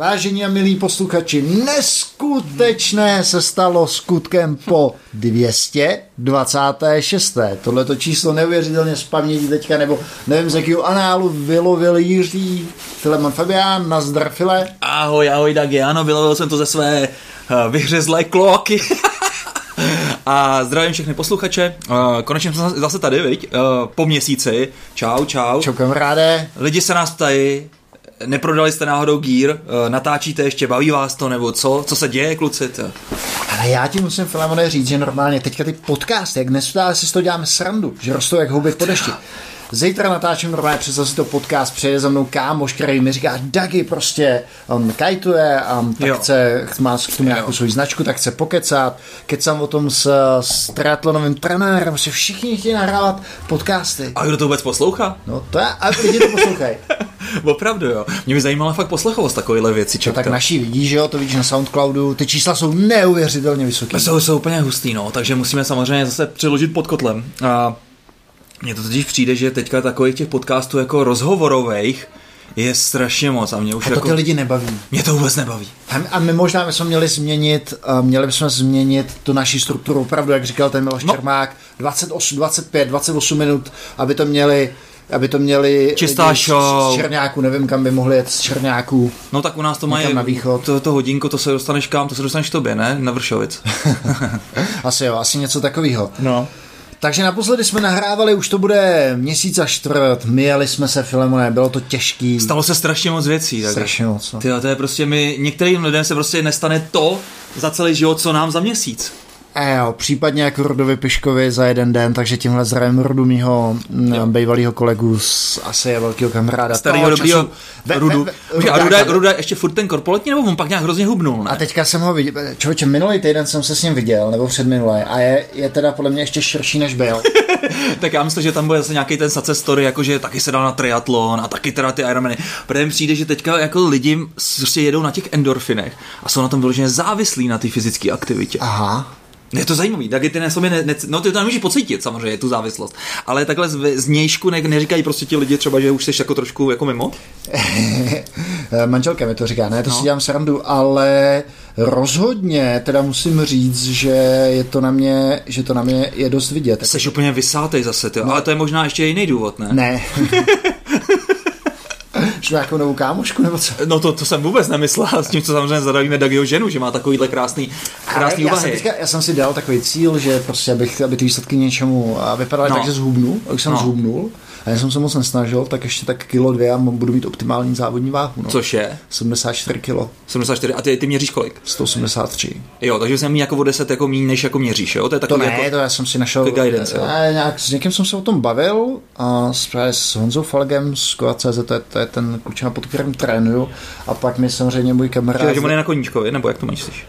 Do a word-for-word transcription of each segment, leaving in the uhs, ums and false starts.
Vážení a milí posluchači, neskutečné se stalo skutkem po dvě stě dvacáté šesté Tohleto číslo neuvěřitelně z paměti teďka, nebo nevím z jakého análu vylovil Jiří Filemon Fabián. Nazdar, File. Ahoj, ahoj, Dagi, ano, vylovil jsem to ze své uh, vyhřezlé kloaky. A zdravím všechny posluchače. Uh, konečně jsme zase tady, viď? Uh, po měsíci. Čau, čau. Čau, kamaráde. Lidi se nás ptají, neprodali jste náhodou Gear, uh, natáčíte ještě, baví vás to, nebo co? Co se děje, kluci? To? Ale já ti musím, Filemone, říct, že normálně teďka ty podcasty, jak nestále si z toho děláme srandu, že rostou jak houby po dešti. Zítra natáčím normálně, představ si to podcast, přijede za mnou kámoš, který mi říká, Dagi, prostě, on kajtuje a tak jo. chce, má k tomu nějakou svou značku, tak chce pokecat, kecám o tom s, s triatlonovým trenérem, prostě všichni chtějí nahrávat podcasty. A kdo to vůbec poslouchá? No to je, a lidi to poslouchají. Opravdu, jo. Mě by zajímala fakt poslechovost takovýhle věci. No, tak naší vidíš, že jo, to vidíš na Soundcloudu, ty čísla jsou neuvěřitelně vysoké. Jsou, jsou úplně hustý, no, takže musíme samozřejmě zase přiložit pod kotlem. A mně to totiž přijde, že teďka takových těch podcastů jako rozhovorových je strašně moc a mě už a to jako... ty lidi nebaví. Mě to vůbec nebaví. A my možná bychom měli změnit, měli bychom změnit tu naši strukturu opravdu, jak říkal ten Miloš no. Čermák, dvacet osm, dvacet pět, dvacet osm minut, aby to měli... aby to měli čistá show z Černáků, nevím, kam by mohli jet z Černáků. No tak u nás to mají na východ. To, to hodinko, to se dostaneš kam, to se dostaneš k tobě, ne? Na Vršovic. Asi jo, asi něco takového. No. Takže naposledy jsme nahrávali, už to bude měsíc a čtvrt, myjeli jsme se, Filemone, bylo to těžký. Stalo se strašně moc věcí. Tak. Strašně moc. No. Tyjo, to je prostě my, některým lidem se prostě nestane to za celý život, co nám za měsíc. E jo, případně jako Rudovi Piškovi za jeden den, takže tímhle zdravím Rudu mýho bývalýho kolegu z asi velkého kamaráda. Starýho dobrýho Rudu. Ve, ve, a Ruda, Ruda ještě furt ten korpoletní, nebo on pak nějak hrozně hubnul, ne? A teďka jsem ho viděl, člověče, minulý týden jsem se s ním viděl, nebo předminulý, a je, je teda podle mě ještě širší, než byl. Tak já myslím, že tam bude zase nějaký ten success story, jakože taky se dal na triatlon a taky teda ty Ironmany. Protože mi přijde, že teďka jako lidi prostě jedou na těch endorfinech a jsou na tom vyloženě závislí na té fyzické aktivitě. Aha. Je to zajímavý, tak ty na sobě ne, ne, no ty to nemůžeš pocítit samozřejmě, tu závislost, ale takhle z, z nějšku ne, neříkají prostě ti lidi třeba, že už jsi jako trošku jako mimo? Manželka mi to říká, ne, to no. si dělám srandu, ale rozhodně teda musím říct, že je to na mě, že to na mě je dost vidět. Jsi úplně vysátej zase, ty, no. Ale to je možná ještě jiný důvod, ne? Ne. Že nějakou novou kámošku, nebo co? No to, to jsem vůbec nemyslel, s tím, co samozřejmě zadavíme Dagiho ženu, že má takovýhle krásný, krásný já úvahy. Jsem teďka, já jsem si dal takový cíl, že prostě, abych, aby ty výsledky něčemu vypadaly no. tak, že zhubnu, a už jsem no. zhubnul, a já jsem se moc nesnažil, tak ještě tak kilo dvě a budu mít optimální závodní váhu. No. Což je? sedmdesát čtyři kilo. sedmdesát čtyři, a ty, ty měříš kolik? sto osmdesát tři. Jo, takže jsem mít jako o deset jako míň, než jako měříš, jo? To je takový to ne, jako, to já jsem si našel. Guidance, jo? Já, nějak, s někým jsem se o tom bavil a s, s Honzou Falgem z Koa tečka cé zet, to je, to je ten klučina, pod kterým trénuju, a pak mi samozřejmě můj kamarád. Takže on je na koníčkovi, nebo jak to myslíš?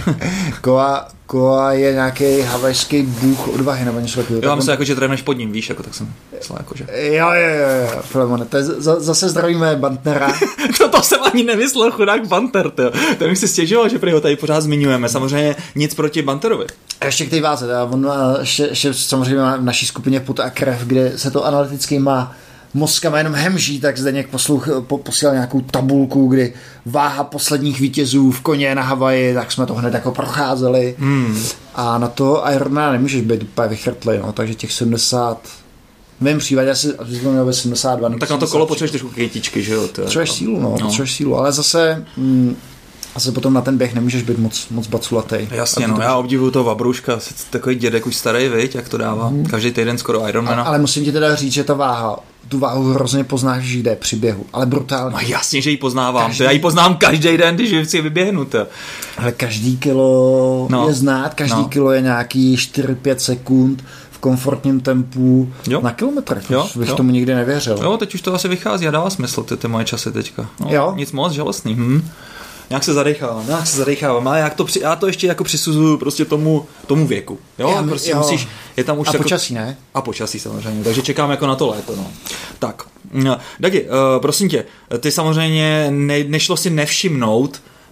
Koa Koa je nějaký havajský bůh odvahy, nebo něco takového. Jo, já myslím, jako, že trénuješ pod ním, víš, jako tak jsem myslel, jako, že... Jo, jo, jo, Filemone, to je z- zase zdravíme Bantnera. to, to jsem ani nemyslel, chudák Banter, to. To bych si stěžoval, že prý ho tady pořád zmiňujeme. Samozřejmě nic proti Banterovi. A ještě k té váze, teda, on má ještě, ještě samozřejmě má v naší skupině Pot a krev, kde se to analyticky má mozkama jenom hemží, tak Zdeněk posluch, po, posílal nějakou tabulku, kdy váha posledních vítězů v koně na Havaji, tak jsme to hned jako procházeli. Hmm. A na to Ironman nemůžeš být úplně vychrtlý, no, takže těch sedmdesát, v mém případě asi měl sedmdesát dva. Tak na to kolo potřebuješ trošku kytičky, že jo? Potřebuješ sílu, no, no. potřebuješ sílu, ale zase... Mm, asi potom na ten běh nemůžeš být moc, moc baculatej. Jasně, no, já obdivuju toho Vabrouška, takový dědek už starý, viď, jak to dává, mm. každý týden skoro Ironmana. Ale musím ti teda říct, že ta váha, tu váhu hrozně poznáš, že jde při běhu, ale brutálně. No jasně, že ji poznávám, každý... já ji poznám každý den, když si vyběhnu. To. Ale každý kilo no. je znát, každý no. kilo je nějaký čtyři pět sekund v komfortním tempu jo. na kilometrech. Jo. Bych jo. tomu nikdy nevěřil. Jo, teď už to asi vychází a dává smysl, ty, ty moje časy teďka. No, jo. Nic moc, žalostný. Hm. Nějak se zadechávám, nějak se zadechávám, ale já to, při, já to ještě jako přisuzuju prostě tomu, tomu věku. Jo, já, prostě jo. musíš, je tam už a jako, počasí, ne? A počasí samozřejmě, takže čekám jako na to léto, no. Tak, Dagi, uh, prosím tě, ty samozřejmě ne, nešlo si nevšimnout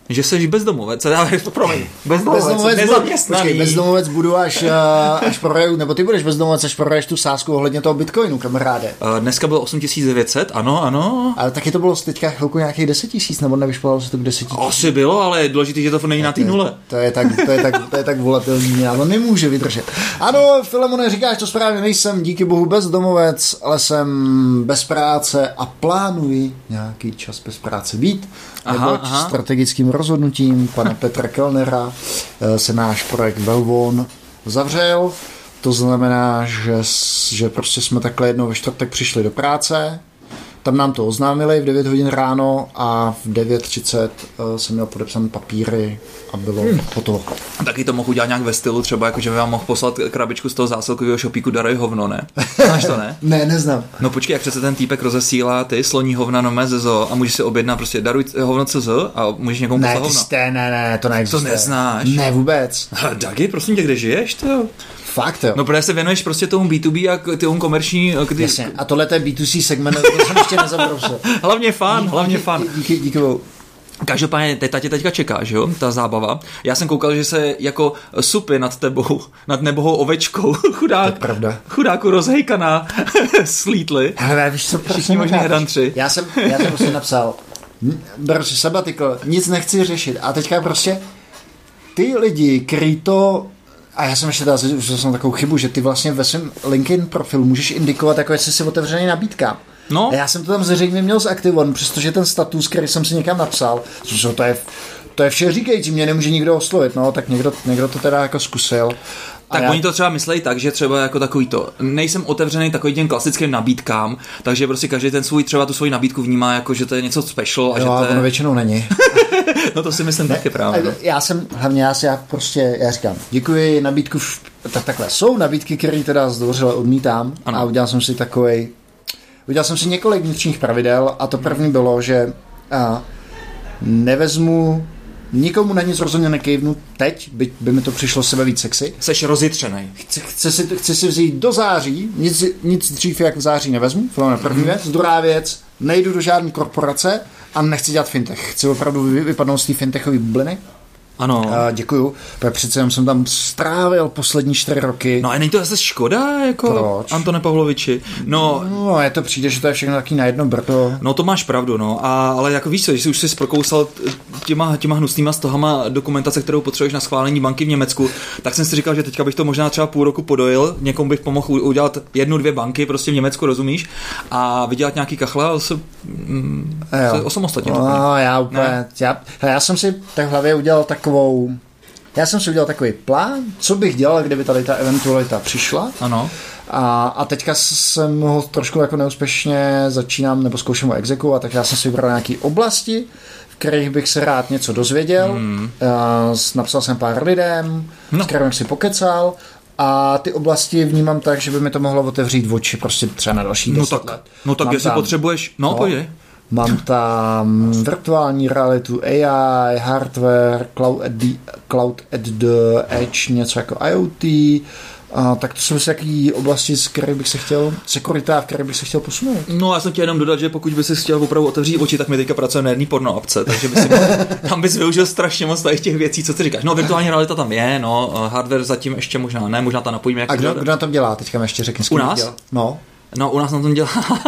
Že jsi bezdomovec, co dáváš, promiň, bezdomovec, bezdomovec nezaměstnaný. Počkej, bezdomovec budu až, až prodaju, nebo ty budeš bezdomovec, až prodaješ tu sázku ohledně toho bitcoinu, kamaráde. Dneska bylo osm tisíc devět set, ano, ano. Ale taky to bylo teďka chvilku nějakých deset tisíc, nebo nevyšplalo se to k deset tisíc. Asi bylo, ale je důležité, že to není na té nule. To je tak, to je tak, to je tak volatilní, ale nemůže vydržet. Ano, Filemone, říkáš to správně, nejsem díky bohu bezdomovec, ale jsem bez práce a plánuji nějaký čas bez práce být. Neboť strategickým rozhodnutím pana Petra Kellnera se náš projekt Velvon zavřel. To znamená, že, že prostě jsme takhle jednou ve čtvrtek přišli do práce. Tam nám to oznámili v devět hodin ráno a v devět třicet jsem měl podepsané papíry a bylo hmm. hotovo. A taky to mohl udělat nějak ve stylu, třeba jako, že by vám mohl poslat krabičku z toho zásilkového šopíku Darej hovno, ne? Znáš to, ne? Ne, neznám. No počkej, jak přece ten týpek rozesílá ty sloní hovna no mé zezo a můžeš si objednat prostě daruj hovno C Z a můžeš někomu ne, poslat hovno. Ne, ne, ne, to neexistuje. To neznáš? Ne, vůbec. Dagi, prosím tě, kde žiješ, to? Fakt, jo. No, protože se věnuješ prostě tomu bé dvě bé a tomu komerční... Kdy... Jasně, a tohle je bé dvě cé segment, to jsem ještě nezabrousil. Hlavně fan, hlavně fan. Díky, díky bohu. Každopádně teď tě teďka čeká, že jo, ta zábava. Já jsem koukal, že se jako supy nad tebou, nad nebohou ovečkou, chudák, chudáku rozhejkaná, slítly. Ale víš co, všichni možný hedantři. Já jsem, já jsem prostě napsal, beru si sabbatical, nic nechci řešit. A teďka prostě ty lidi, který to... A já jsem ještě dal, že jsem takovou chybu, že ty vlastně ve svém LinkedIn profilu můžeš indikovat, jako jestli jsi otevřený nabídkám. No. A já jsem to tam zřejmě měl zaktivovat, přestože ten status, který jsem si někam napsal, což to je, to je vše říkající, mě nemůže nikdo oslovit, no, tak někdo, někdo to teda jako zkusil. Tak já... oni to třeba myslejí tak, že třeba jako takový to, nejsem otevřený takový těm klasickým nabídkám, takže prostě každý ten svůj, třeba tu svoji nabídku vnímá jako, že to je něco special. A jo, že to je... ono většinou není. No to si myslím ne, taky právě. No. Já jsem, hlavně já si já prostě, já říkám, děkuji, nabídku, tak takhle, jsou nabídky, které teda zdvořile odmítám ano. A udělal jsem si takovej, udělal jsem si několik vnitřních pravidel a to první bylo, že a, nevezmu nikomu na nic rozhodně nekejvnu teď, by, by mi to přišlo sebe víc sexy. Seš rozjitřenej. Chci, chci, si, chci si vzít do září, nic, nic dřív jak v září nevezmu, to je první věc. Druhá věc, nejdu do žádné korporace a nechci dělat fintech. Chci opravdu vypadnout z té fintechové bubliny. Ano. A děkuju, protože přece jenom jsem tam strávil poslední čtyři roky. No a není to zase škoda, jako Proč? Antone Pavloviči? No, no je to přijde, že to je všechno taky na jedno brdo. No to máš pravdu, no, a, ale jako víš co, že jsi už si prokousal těma, těma hnusnýma stohama dokumentace, kterou potřebuješ na schválení banky v Německu, tak jsem si říkal, že teďka bych to možná třeba půl roku podojil, někomu bych pomohl udělat jednu, dvě banky prostě v Německu, rozumíš, a vydělat nějaký kachle a se, mm, se osamostatnit. No, já úplně, já, já jsem si tak v hlavě udělal takovou Já jsem si udělal takový plán, co bych dělal, kdyby tady ta eventualita přišla. Ano. A, a teďka jsem ho trošku jako neúspěšně začínám, nebo zkouším ho exekuovat, tak já jsem si vybral nějaké oblasti, v kterých bych se rád něco dozvěděl. Hmm. A, napsal jsem pár lidem, no. S kterým si pokecal. A ty oblasti vnímám tak, že by mi to mohlo otevřít oči prostě třeba na další deset no tak, let. No tak, jestli tam, potřebuješ, no, no pojď. Mám tam virtuální realitu, A I, hardware, cloud at the, cloud at the edge, něco jako IoT. A tak to jsou jaký oblasti, z kterých bych se chtěl, sekurita, v které bych se chtěl posunout. No já jsem chtěl jenom dodat, že pokud bys si chtěl opravdu otevřít oči, tak my teďka pracujeme na jedné porno apce, takže bys si mohl, tam bys využil strašně moc těch věcí, co ty říkáš. No virtuální realita tam je, no hardware zatím ještě možná ne, možná ta napojíme. Jak a kdo, kdo na tom dělá? Teďka mi ještě řekni. U nás? Dělá. No. No, u nás na tom dělá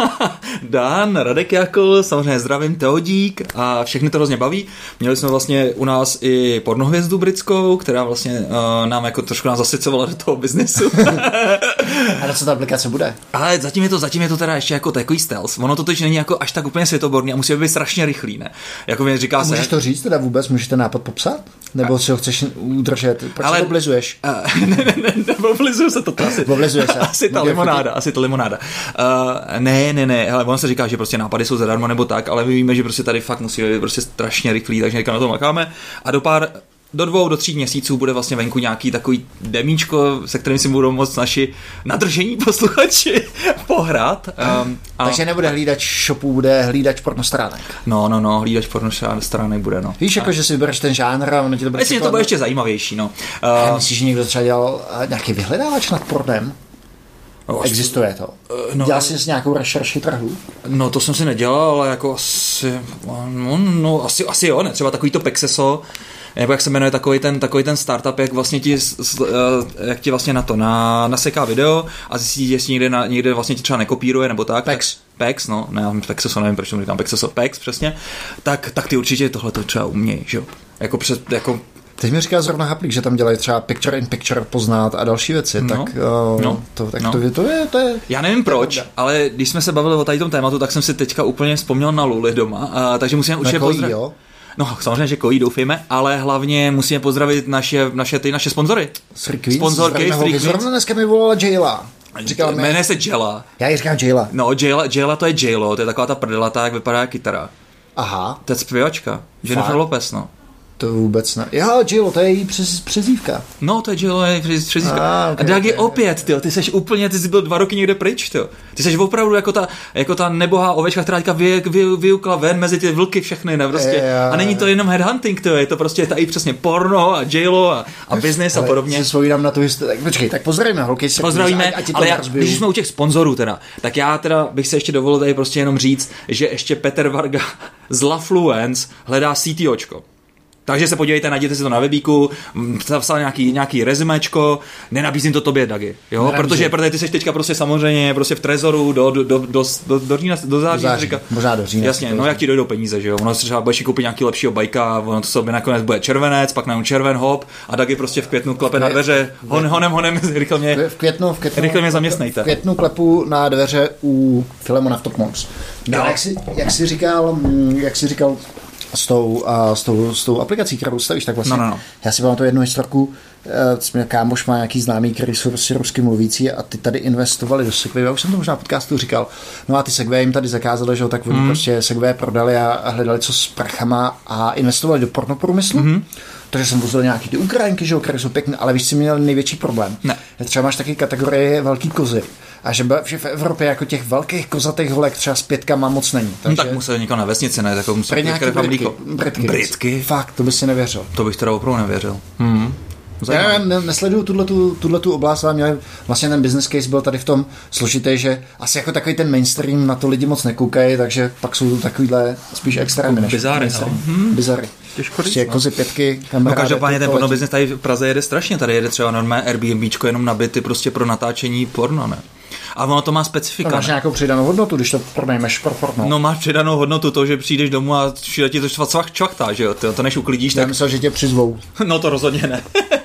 Dan, Radek Jakl, samozřejmě zdravím, Teodík a všechny to hrozně baví. Měli jsme vlastně u nás i pornohvězdu britskou, která vlastně uh, nám jako trošku nás zasycovala do toho biznesu. A na co ta aplikace bude? Ale zatím je to, zatím je to teda ještě jako takový stealth. Ono to totiž není jako až tak úplně světoborný a musí být strašně rychlý, ne? Jako mi říká a se. Můžeš to říct teda vůbec? Můžeš ten nápad popsat? Nebo a... si ho chceš udržet? Proč ale... to oblizuješ? Uh, ne, ne, ne, ne, oblizuju se to. to asi, oblizuje se. Asi ta limonáda, asi ta limonáda. Uh, ne, ne, ne, hele, on se říká, že prostě nápady jsou zadarmo nebo tak, ale my víme, že prostě tady fakt musí být prostě strašně rychlý, takže na to makáme a do pár do dvou, do tří měsíců bude vlastně venku nějaký takový demíčko, se kterým si budou moct naši nadržení posluchači pohrát. Um, a... Takže nebude hlídač shopů, bude hlídač pornostránek. No, no, no, hlídač pornostránek bude, no. Víš, jako, a... že si vybereš ten žánr a ono ti to bude Myslím, že to bude ještě zajímavější, no. Uh... Myslíš, že někdo třeba dělal nějaký vyhledávač nad pornem? No, existuje to. No, Dělal jsi s nějakou rešerši trhu? No to jsem si nedělal, ale jako asi, no, no asi, asi jo, ne, třeba takový to Pexeso, nebo jak se jmenuje takový ten, takový ten startup, jak vlastně ti, jak ti vlastně na to na, naseká video a zjistí, jestli někde, na, někde vlastně ti třeba nekopíruje nebo tak. Pex. Pex, no, ne, já Pexeso, nevím, proč tomu říkám Pexeso, Pex, přesně, tak, tak ty určitě tohle to třeba umějí, že jo, jako před, jako Teď mi říká zrovna Haplík, že tam dělají třeba picture in picture poznat a další věci, no, tak, uh, no, to, tak no. to, to, je, to je... Já nevím proč, ale když jsme se bavili o tady tom tématu, tak jsem si teďka úplně vzpomněl na Luli doma, uh, takže musíme určitě pozdravit. No, samozřejmě, že kojí, doufejme, ale hlavně musíme pozdravit naše, naše, ty naše sponzory. Sponzorky, zrovna dneska mi volala Jayla. Jmenuje se Jayla. Já ji říkám Jayla. No, Jayla, Jayla to je Jaylo, to je taková ta prdelata, jak vypadá kytara. Aha. To je zpěvačka, Jennifer Lopez, no. To vůbec ne. Jo, Jaylo, to je její přez, přezívka. No, to je Jaylo, je přezívka. Ah, okay, a Dagi okay, opět, tyjo, ty seš úplně, ty jsi byl dva roky někde pryč, tyjo. Ty seš opravdu jako ta, jako ta nebohá ovečka, která teďka vy, vy, vyukla ven mezi ty vlky všechny, ne, prostě. Yeah. A není to jenom headhunting, tyjo, je to prostě tady přesně porno a Jaylo a, a business a podobně. Si vzpomínám na tu historii. Tak počkej, tak pozdravíme, holky. Pozdravíme, a, ale já, když jsme u těch sponzorů teda, tak já teda bych se ještě dovolil tady prostě jenom říct, že ještě Petr Varga z Lafluence hledá CTOčko. Takže se podívejte, najděte si to na webíku, zapsal nějaký, nějaký rezumečko, nenabízím to tobě, Dagi, jo, nenabízím. protože, protože ty seš teďka prostě samozřejmě prostě v trezoru do, do, do, do, do, do, října, do září, do září říká, možná do října. Jasně, no jak ti dojdou peníze, že jo, ono se třeba budeš koupit nějaký lepšího bajka, ono to sobě nakonec bude červenec, pak najednou červen, hop, a Dagi prostě v květnu klepe na dveře, hon, honem, honem, rychle mě, v květnu, v květnu, rychle mě zaměstnejte. V květnu klepu na dveře u Filemona v Top Moms. No, jak jsi, jak jsi říkal, jak jsi říkal, S tou, a s, tou, s tou aplikací, kterou stavíš, tak vlastně no, no, no. já si pamatuju jednu historku, uh, kámoš má nějaký známý, který jsou prostě rusky mluvící a ty tady investovali do Segway, já už jsem to možná v podcastu říkal, no a ty Segway jim tady zakázali, že jo, tak oni mm. prostě Segway prodali a, a hledali co s prachama a investovali do pornoprůmyslu. Mm. Takže jsem vozil nějaký ty Ukrajinky, že jo, které jsou pěkné, ale víš, si měl největší problém. Ne. Třeba máš taky kategorie velký kozy. A že, že v Evropě jako těch velkých kozatých holek třeba s pětkama moc není. Takže... No tak musel někam na vesnici, ne? Tak musel nějaké Britky, Britky. Britky? Fakt, to by si nevěřil. To bych teda opravdu nevěřil. Hmm. Já ne, nesleduju tuto oblast, ale měli, vlastně ten business case byl tady v tom složitý, že asi jako takový ten mainstream na to lidi moc nekoukají, takže pak jsou to takovýhle spíš extrémy než bizary. Hmm. Bizary. Těžko prostě říct, kozy pětky, kamaráde. No každopádně ten porno business tady v Praze jede strašně, tady jede třeba normálně Airbnbčko jenom nabity prostě pro natáčení porno, ne? A ono to má specifika. No máš nějakou přidanou hodnotu, když to pronajmeš pro porno. No máš přidanou hodnotu to, že přijdeš domů a všude ti to čvach čvachtá, že jo? To, to než uklidíš, tak... Já myslel, že tě přizvou. No to rozhodně ne.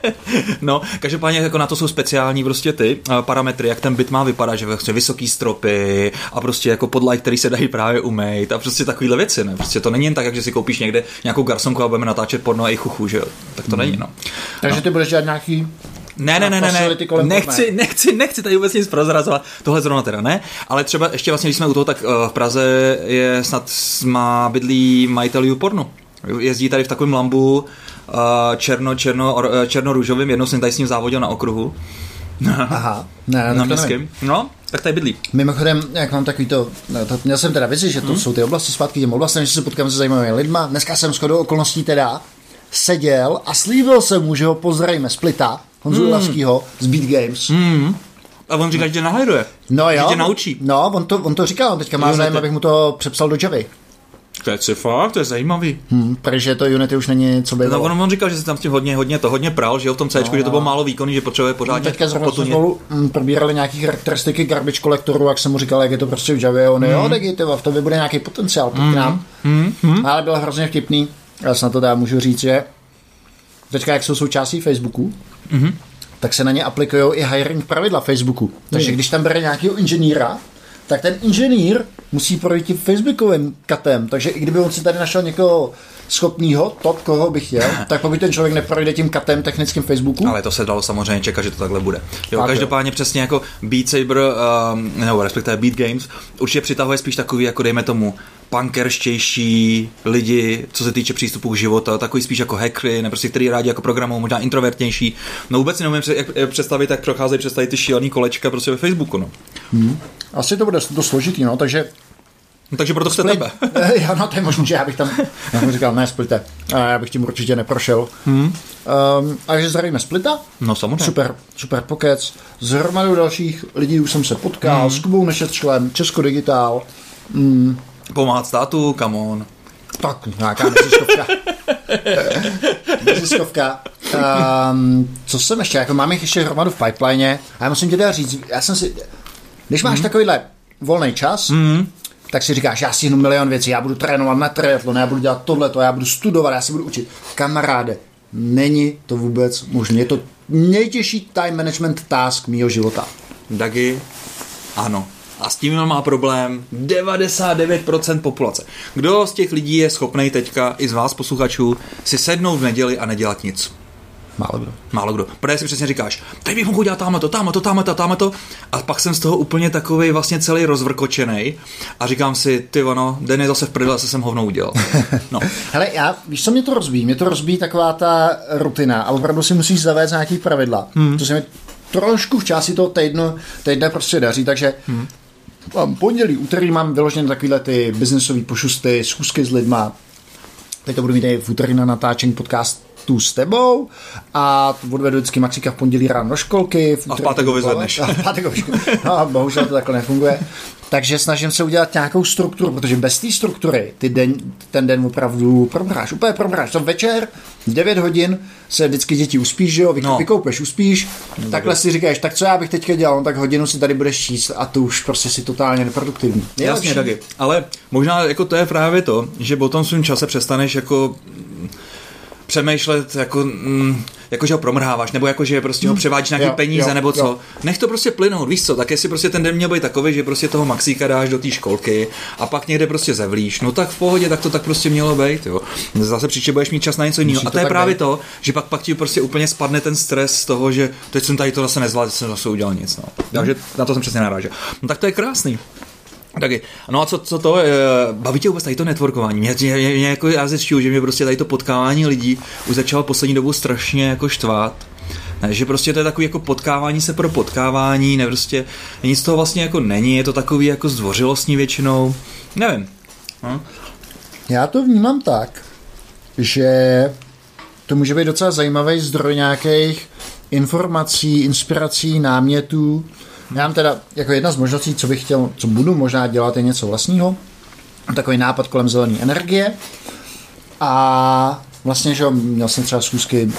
No, každopádně jako na to jsou speciální prostě ty parametry, jak ten byt má vypadat, že vlastně vysoký stropy a prostě jako podlight, který se dají právě umýt a prostě takovýhle věci, ne? Prostě to není jen tak, jak že si koupíš někde nějakou garsonku a budeme natáčet porno a i chuchu, že jo? Tak to hmm. není, no. Takže no. ty budeš dělat nějaký Ne, ne, ne, ne, ne. Nechci, nechci, nechci tady vůbec nic prozrazovat, tohle zrovna teda ne, ale třeba ještě vlastně, když jsme u toho, tak v Praze je snad má bydlí majitel YouPornu. Jezdí tady v takovém lambu černo, černo, černo-růžovým, jednou jsem tady s ním závodil na okruhu. Aha, ne, na městském. No, tak tady bydlí. Mimochodem, jak mám takový to, to měl jsem teda vizi, že to hmm. jsou ty oblasti zpátky těm oblastem, že se potkám se zajímavými lidma. Dneska jsem shodou okolností teda seděl a slíbil jsem mu, že ho pozdravíme z Plita, Honzu hmm. Lavskýho z Beat Games. Hmm. A on říká, že tě nahleduje. No jo. Že tě naučí. No, on to, on to říkal, on teďka má zájem, abych mu to přepsal do Javy. To je si fakt, to je zajímavý. Hmm, protože to Unity už není co bylo. No, on, on říkal, že se tam s tím hodně, hodně to hodně pral, že jo, v tom Cčku, no, že to bylo málo výkonný, že potřebuje pořádně. Teďka zrovna jsme spolu probírali nějaký charakteristiky garbage kolektoru, jak jsem mu říkal, jak je to prostě v Javě, on mm. jo, tak je v tobě bude nějaký potenciál, pojď k nám. Mm. Mm. Ale bylo hrozně vtipný, já snad to dá můžu říct, že teďka jak jsou součástí Facebooku, mm. tak se na ně aplikují i hiring pravidla Facebooku. Takže mm. když tam bere nějakého inženýra, tak ten inženýr musí projít tím Facebookovým katem. Takže i kdyby on si tady našel někoho schopného, top, koho bych chtěl, tak pokud ten člověk neprojde tím katem technickým Facebooku. Ale to se dalo samozřejmě čekat, že to takhle bude. Jo, každopádně přesně jako Beat Saber, um, nebo respektive Beat Games, určitě přitahuje spíš takový, jako dejme tomu, punkerštější lidi, co se týče přístupu k života, takový spíš jako hackry, ne prostě, který rádi jako programují, možná introvertnější. No vůbec si neumím představit, jak procházejí představit ty šílený kolečka prostě ve Facebooku, no. Hmm. Asi to bude dost složitý, no, takže No, takže proto jste tebe. Jo, no to je možný, že já bych tam, já bych říkal, ne, Splite, já bych tím určitě neprošel. Hmm. Um, a takže zdravíme Splita. No samozřejmě. Super, super pokec. S hromadou dalších lidí už jsem se potkal, hmm. s Kubou Nešetřlem, Česko Digitál. Mm. Pomáhat státu, come on. Tak, nějaká neziskovka. neziskovka. Um, co jsem ještě, jako mám jich ještě hromadu v pipeline a já musím ti teda říct, já jsem si, když máš mm. takovýhle volný čas, mm. tak si říkáš, já si jdu milion věcí, já budu trénovat na triatlon, já budu dělat tohleto, já budu studovat, já si budu učit. Kamaráde, není to vůbec možné. Je to nejtěžší time management task mýho života. Dagi, ano. A s tím má problém devadesát devět procent populace. Kdo z těch lidí je schopný teďka, i z vás posluchačů, si sednout v neděli a nedělat nic? Málo kdo. Málo kdo. Protože si přesně říkáš, teď bych mohl dělat támhle to, támhle to, támhle to, támhle to. A pak jsem z toho úplně takovej vlastně celý rozvrkočenej a říkám si, ty ono, den je zase v prdele, se jsem hovno udělal. No. Hele, já, víš, co mě to rozbíjí? Mě to rozbíjí taková ta rutina a opravdu si musíš zavést nějaký pravidla. Hmm. To se mi trošku v části toho týdnu, týdne prostě daří, takže hmm. pondělí, úterý mám vyložené takovýhle ty biznesový pošusty, schůzky s lidma. Teď to budu mít v úterý na natáčení podcastu s tebou a odvedu vždycky Maxíka v pondělí ráno do školky. V a v pátek ho vyzvedneš. A v pátek ho No, bohužel to takhle nefunguje. Takže snažím se udělat nějakou strukturu, protože bez té struktury ty den, ten den opravdu promráš, úplně promráš. To večer, devět hodin se vždycky děti uspíš, že jo, Vy, no. vykoupeš, uspíš, no, takhle si říkáš, tak co já bych teďka dělal, no, tak hodinu si tady budeš číst a to už prostě si totálně neproduktivní. Jasně, taky. Ale možná jako to je právě to, že po tom svým čase přestaneš jako přemýšlet, jako, mm, jako že ho promrháváš, nebo jako, že prostě ho převádíš nějaký jo, peníze, jo, nebo co. Jo. Nech to prostě plynout, víš co, tak jestli prostě ten den měl být takový, že prostě toho Maxíka dáš do té školky a pak někde prostě zevlíš, no tak v pohodě, tak to tak prostě mělo být, jo. Zase příště budeš mít čas na něco jiného. A to, to je právě být. To, že pak pak ti prostě úplně spadne ten stres z toho, že teď jsem tady to zase nezvládl, jsem zase udělal nic, no. Takže na to jsem přesně narážel. No tak to je krásný. Taky. No a co, co to, baví tě vůbec tady to networkování? Mě, mě, mě jako já zjišťuju, že mě prostě tady to potkávání lidí už začalo poslední dobu strašně jako štvát. Ne, že prostě to je takový jako potkávání se pro potkávání, ne prostě, nic z toho vlastně jako není, je to takový jako zdvořilostní většinou, nevím. No. Já to vnímám tak, že to může být docela zajímavý zdroj nějakých informací, inspirací, námětů. Já mám teda jako jedna z možností, co bych chtěl, co budu možná dělat, je něco vlastního. Takový nápad kolem zelené energie. A vlastně, že měl jsem třeba schůzky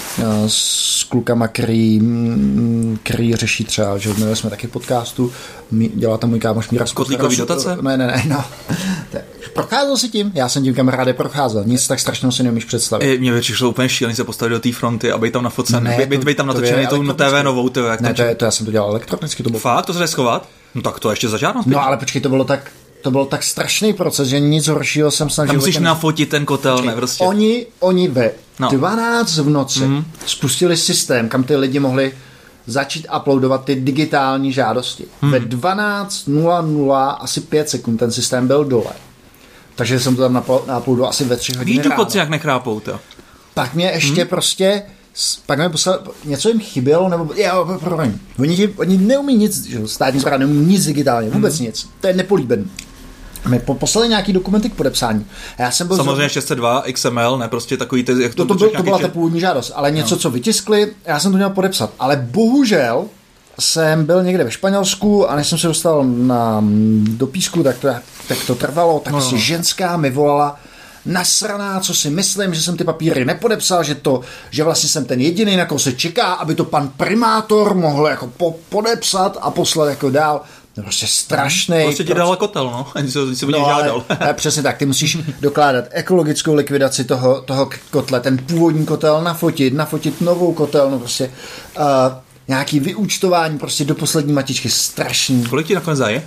s klukama, který, který řeší třeba, že měli jsme taky podcastu, dělá tam můj kámoš Míra Skot. Kotlíkový dotace? Ne, ne, ne, no. Procházel si tím? Já jsem tím kamaráde procházel. Nic tak strašného si neumíš představit. Mě přišlo úplně šílený se postavit do té fronty a být tam nafocený, ne, být, být tam natočený tou té vé novou. Tyjo, jak ne, to, je, to já jsem to dělal elektronicky. To bylo... Fakt? To se jde schovat? No tak to ještě za žádnou zpět. No ale počkej, to bylo tak to byl tak strašný proces, že nic horšího jsem snažil. Tam musíš nafotit ten kotel, ne prostě. Oni, oni ve no. dvanáct v noci mm. spustili systém, kam ty lidi mohli začít uploadovat ty digitální žádosti. Mm. Ve dvanáct nula nula asi pět sekund ten systém byl dole. Takže jsem to tam uploadoval asi ve tři hodiny ráno. Výduchoci jak nechrápou to. Pak mě ještě mm. prostě pak mě poslal, něco jim chybělo, nebo jo, promiň. Oni, oni neumí nic, že státní správa neumí nic digitálně, vůbec mm. nic. To je nepolíbený. My poslali nějaký dokumenty k podepsání. A já jsem byl samozřejmě šest set dva X M L, ne prostě takový ty, jak to, to, to, to byla ta původní žádost, ale něco, no. co vytiskli, já jsem to měl podepsat. Ale bohužel jsem byl někde ve Španělsku a než jsem se dostal na, do Písku, tak to, tak to trvalo, tak no, si no. ženská mi volala nasraná, co si myslím, že jsem ty papíry nepodepsal, že to, že vlastně jsem ten jediný, na koho se čeká, aby to pan primátor mohl jako po, podepsat a poslat jako dál. To prostě strašný. Prostě ti dala kotel, no. Ani se, se no, žádal. Ale, přesně tak, ty musíš dokládat ekologickou likvidaci toho, toho kotle, ten původní kotel nafotit, nafotit novou kotel, no prostě uh, nějaký vyúčtování prostě do poslední matičky, strašný. Kolik ti nakonec zaje?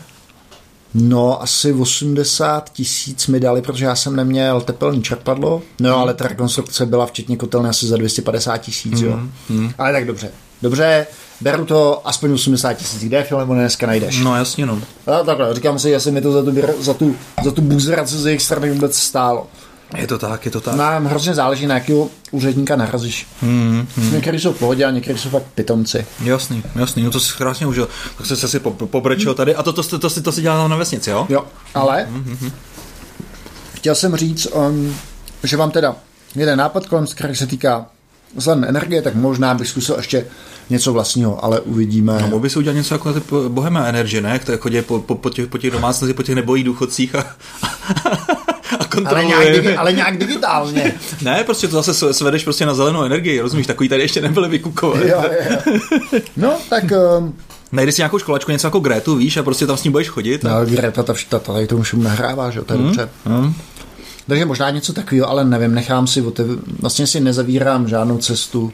No, asi osmdesát tisíc mi dali, protože já jsem neměl tepelný čerpadlo, no hmm. ale ta rekonstrukce byla včetně kotelny asi za dvě stě padesát tisíc, hmm. jo. Hmm. Ale tak dobře. Dobře, beru to aspoň osmdesát tisíc, kde Filemone dneska najdeš. No jasně, no. no takhle, říkám si, jestli mi to za tu, za tu, za tu buzeraci z jejich strany vůbec stálo. Je to tak, je to tak. Nám hrozně záleží, na jakého úředníka narazíš. Hmm, hmm. Někteří jsou v pohodě a někteří jsou fakt pitomci. Jasný, jasný, no to si krásně užil. Tak jsi si po, po, pobrečil tady a to, to, to, to, to, si, to si dělal na vesnici, jo? Jo, ale hmm, hmm. chtěl jsem říct, um, že vám teda jeden nápad, kolem který se týká zelené energie, tak možná bych zkusil ještě něco vlastního, ale uvidíme. No, mohl by si udělat něco jako ty Bohemia Energy, ne? Které chodí po, po, po, těch, po těch domácnosti, po těch nebojích důchodcích a, a kontroluje. Ale nějak, digi, ale nějak digitálně. Ne, prostě to zase svedeš prostě na zelenou energii, rozumíš? Takový tady ještě nebyly vykukové. Jo, jo. No, tak... Um, Najdi si nějakou školačku, něco jako Gretu, víš, a prostě tam s ní budeš chodit. A... No, Greta, ta, ta, ta tady tomu všemu nahrává, že jo, to je hmm, dobře. Hmm. Takže možná něco takového, ale nevím, nechám si, otev... vlastně si nezavírám žádnou cestu.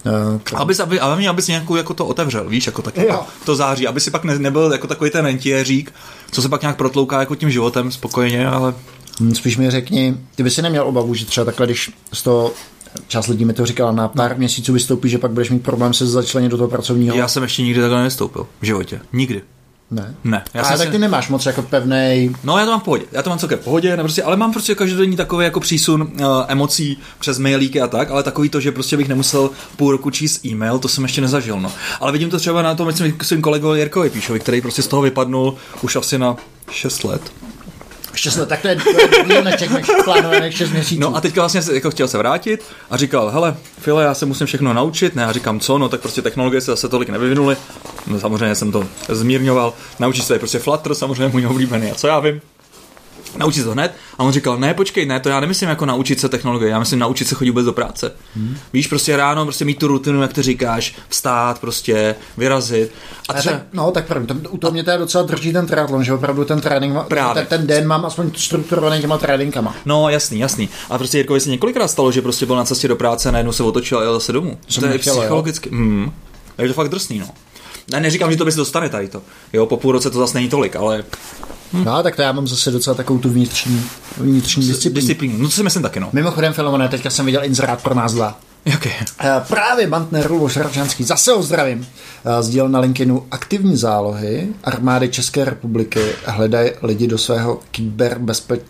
Uh, aby, aby, ale mě, abys nějakou jako to otevřel, víš, jako taky to září, aby si pak ne, nebyl jako takový ten rentiéřík, co se pak nějak protlouká jako tím životem spokojeně, ale... Spíš mi řekni, ty by si neměl obavu, že třeba takhle, když z toho, část lidí mi to říkala, na pár no. měsíců vystoupí, že pak budeš mít problém se začlenit do toho pracovního. Já jsem ještě nikdy takhle nevystoupil v životě, nikdy. Ne. Ne. Já ale tak si... ty nemáš moc jako pevnej. No já to mám v pohodě. Já to mám celkem v pohodě, ne, prostě, ale mám prostě každodenní takový jako přísun uh, emocí přes mailíky a tak, ale takový to, že prostě bych nemusel půl roku číst e-mail, to jsem ještě nezažil, no. Ale vidím to třeba na tom, myslím, svým kolegou Jirkovi Píšovi, který prostě z toho vypadnul už asi na šest let. šest let, tak to je díl než těch plánovaných šest měsíců. No a teďka vlastně jako chtěl se vrátit a říkal, hele, File, já se musím všechno naučit, ne, já říkám, co, no tak prostě technologie se zase tolik nevyvinuly, no samozřejmě jsem to zmírňoval, naučit se je prostě Flutter, samozřejmě můj oblíbený, a co já vím, naučit to hned, a on říkal, ne, počkej, ne, to já nemyslím jako naučit se technologie, já myslím naučit se chodit vůbec do práce. Hmm. Víš, prostě ráno prostě mít tu rutinu, jak to říkáš, vstát, prostě vyrazit. A třeba... tak, no, tak pravda, u toho mě teda docela drží ten triatlon, že opravdu ten trénink, ten, ten den mám aspoň strukturovaný těma tréninkama. No, jasný, jasný. A prostě Jirkovi se několikrát stalo, že prostě byl na cestě do práce a najednou se otočil a jel zase domů. To je nechtěl, psychologicky. Hmm. Je to fakt drsný, no. Ne, neříkám, že to by se dostane tady to. Jo, po půl roce to zase není tolik, ale... Hm. No, tak to já mám zase docela takovou tu vnitřní, vnitřní disciplínu. disciplínu. No to si myslím taky, no. Mimochodem, Filomone, teďka jsem viděl inzerát pro nás dva. Jaký? Právě Bantner Luboš Račanský, zase ho zdravím, sdílel na LinkedInu aktivní zálohy armády České republiky hledají lidi do svého kyberbezpe...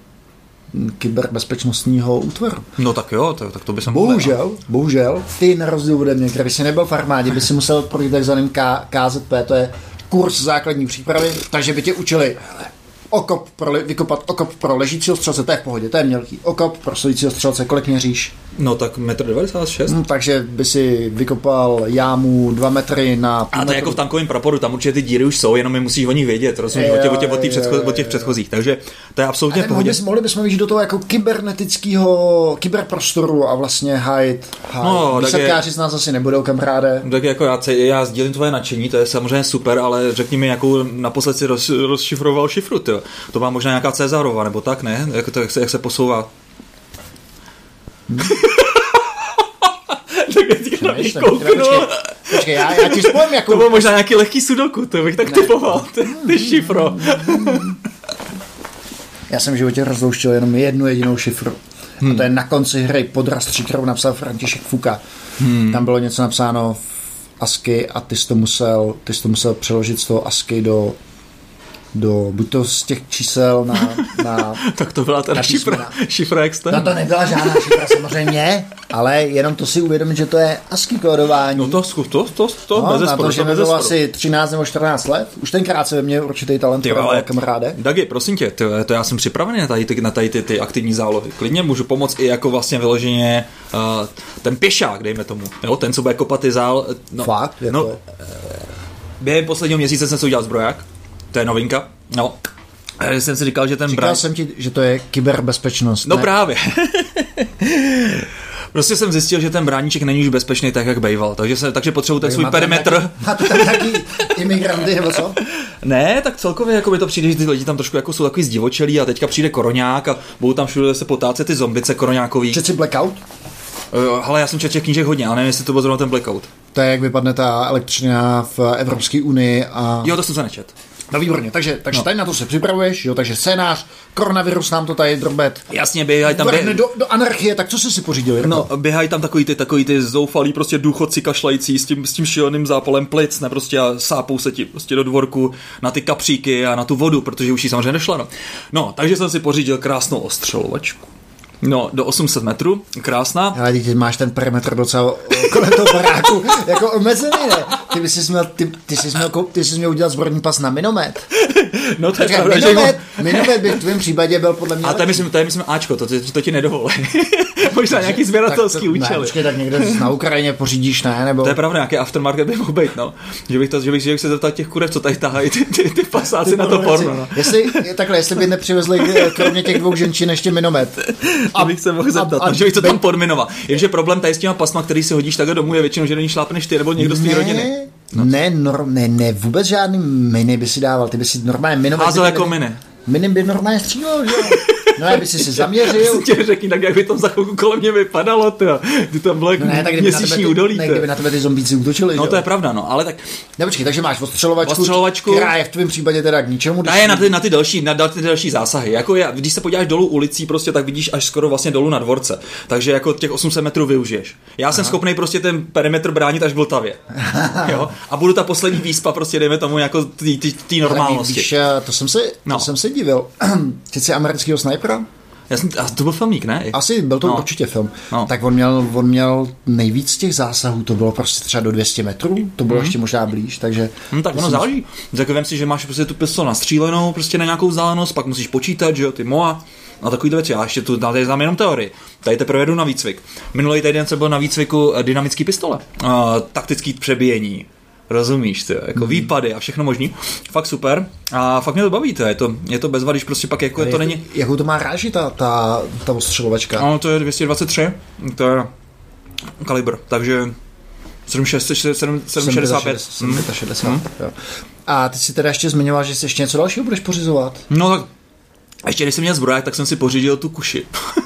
kyberbezpečnostního útvaru. No tak jo, to, tak to by jsem bohužel, mluvil. Bohužel, ty na rozdíl ode mě, který si nebyl v armádě, by si musel projít takzvaným K Z P, to je kurz základní přípravy, takže by tě učili okop pro, vykopat okop pro ležícího střelce, to je v pohodě, to je mělký. Okop pro stojícího střelce, kolik měříš? No tak metr devadesát šest. Hmm, takže by si vykopal jámu dva metry na... A to je jako v tankovém praporu, tam určitě ty díry už jsou, jenom my musíš o nich vědět, rozumíš, od těch, od těch, od těch, předcho, od těch předchozích, takže to je absolutně v pohodě. Mohli, mohli bychom víc do toho jako kybernetického kyberprostoru a vlastně hajit. No, výsadkáři z nás asi nebudou, kamaráde. Tak jako já, já sdílím tvoje nadšení, to je samozřejmě super, ale řekni mi, jakou naposled si roz, rozšifroval šifru, tyjo. To má možná nějaká Cezarova, nebo tak, ne? Jak, to, jak, se, jak se posouvá? Hmm. Tak teďka na mě kouknu. Počkej, já, já ti spojím jako... To bylo možná nějaký lehký sudoku, to bych tak typoval, ty, ty šifro. Já jsem v životě rozlouštil jenom jednu jedinou šifru. Hmm. A to je na konci hry Podraz, kterou napsal František Fuka. Hmm. Tam bylo něco napsáno v ASCII a ty jsi to musel, ty jsi to musel přeložit z toho ASCII do do, buď to z těch čísel na... na tak to byla teda šifra, šifra extern. No to nebyla žádná šifra samozřejmě, ale jenom to si uvědomit, že to je ASCII kódování. No to, to, to, to no, na to, že mi bylo asi třináct nebo čtrnáct let. Už tenkrát se ve mně určitý talent projevoval, kamaráde. Dagi, prosím tě, ty, to já jsem připravený na tady ty, na tady ty, ty aktivní zálohy. Klidně můžu pomoct i jako vlastně vyloženě uh, ten pěšák, dejme tomu. Jo, ten, co bude kopat ty zál... No, fakt? No, uh, během posledního měsíce jsem si udělal zbroják. To je novinka. No. Já jsem si říkal, že ten Říkal bráň... jsem ti, že to je kyberbezpečnost. No ne? právě. Prostě jsem zjistil, že ten bráníček není už bezpečný tak, jak bejval. Takže, se, takže potřebuji ten svůj perimetr. Má to tam nějaký imigranty, nebo co? Ne, tak celkově jako by to přijde, že ty lidi tam trošku jako jsou takový zdivočelí a teďka přijde koroňák a budou tam všude se potácet ty zombice koroňákový. Četci Blackout? Uh, ale já jsem četl těch knížek hodně, ale nevím, jestli to byl zrovna ten Blackout. To je, jak vypadne ta elektřina v Evropské unii a... Jo, to jsem se nečet. No výborně, takže, takže no. tady na to se připravuješ, jo, takže scénář, koronavirus nám to tady drobet. Jasně, běhají tam... Běh... Do, do anarchie, tak co jsi si pořídil, Jirko? No, běhají tam takový ty, takový ty zoufalí prostě důchodci kašlající s tím, s tím šíleným zápalem plic, ne, prostě a sápou se ti prostě do dvorku na ty kapříky a na tu vodu, protože už jí samozřejmě nešla, no. No, takže jsem si pořídil krásnou ostřelovačku. No, do osm set metrů, krásná. Ale ty máš ten perimetr docela kolem toho baráku jako omezený, ne? ty bys si měl, ty, ty jsi měl, ty jsi měl udělat zbrojní pas na minomet. No to je pravda, minomet, že... minomet by v tvém případě byl podle mě... A to je myslím, to je myslím Ačko, to, to, to ti nedovolí. Možná nějaký sběratelský účely. Ne, počkej, tak někde na Ukrajině pořídíš, ne? Nebo... To je pravda, nějaký aftermarket by mohl být, no. Že bych, to, že bych, že bych se zeptal těch kurev, co tady tahají ty, ty, ty pasáci ty na to porno. No. Jestli, takhle, jestli by nepřivezli kromě těch dvou ženčin ještě minomet. A bych se mohl zeptat, a, a, že bych to tam podminoval. Jenže problém tady s těma pasma, který si hodíš takhle domů, je většinou, že do ní šlápneš ty nebo někdo z té rodiny. No. Ne, norm, ne, ne, vůbec žádný mini by si dával, ty by si normálně minomet... Házel jako mini. Mini by normálně střílel, že jo? No, aby si si zaměřil. Tě řekni, tak jak by to za chvilku kolem mě vypadalo, tyjo. Ty tam bylo jako no ne, tak měsíční údolí. Ne, kdyby na tebe ty zombíci útočili. No to je pravda, no, ale tak... Ne, počkej, takže máš ostřelovačku, ostřelovačku, která je v tvém případě teda k ničemu. Ta je na ty, na ty další, na ty další zásahy. Jako je, když se podíváš dolů ulicí, prostě tak vidíš až skoro vlastně dolů na dvorce. Takže jako těch osm set metrů využiješ. Já Aha. jsem schopný prostě ten perimetr bránit až v Vltavě. Jo? A budu ta poslední výspa prostě dejme tomu jako té normálnosti. Víš, to jsem se, no. to jsem se divil. Ty jsi amerického snajpera? Já jsem, a to byl filmík, ne? Asi byl to no. určitě film. No. Tak on měl, on měl nejvíc těch zásahů, to bylo prostě třeba do dvě stě metrů, to bylo mm-hmm. ještě možná blíž, takže... No tak ono záleží. Tak vem si, že máš prostě tu pistol nastřílenou prostě na nějakou vzdálenost, pak musíš počítat, že jo, ty moa a takovýhle věci. Já ještě tu tady znám jenom teorii. Tady teprve jdu na výcvik. Minulý týden se byl na výcviku dynamický pistole, uh, taktický přebíjení. Rozumíš, ty, jako hmm. výpady a všechno možný. Fakt super. A fakt mě to baví, to je to, je to bezva, když prostě pak jako to není... Jakou to má ráži ta, ta, ta ostřelovačka? No, to je dvě stě dvacet tři, to je kalibr, takže sedm set šedesát pět. sedm set šedesát, hmm. jo. A ty si teda ještě zmiňoval, že jsi ještě něco dalšího budeš pořizovat? No tak, ještě když jsem měl zbroják, tak jsem si pořídil tu kuši.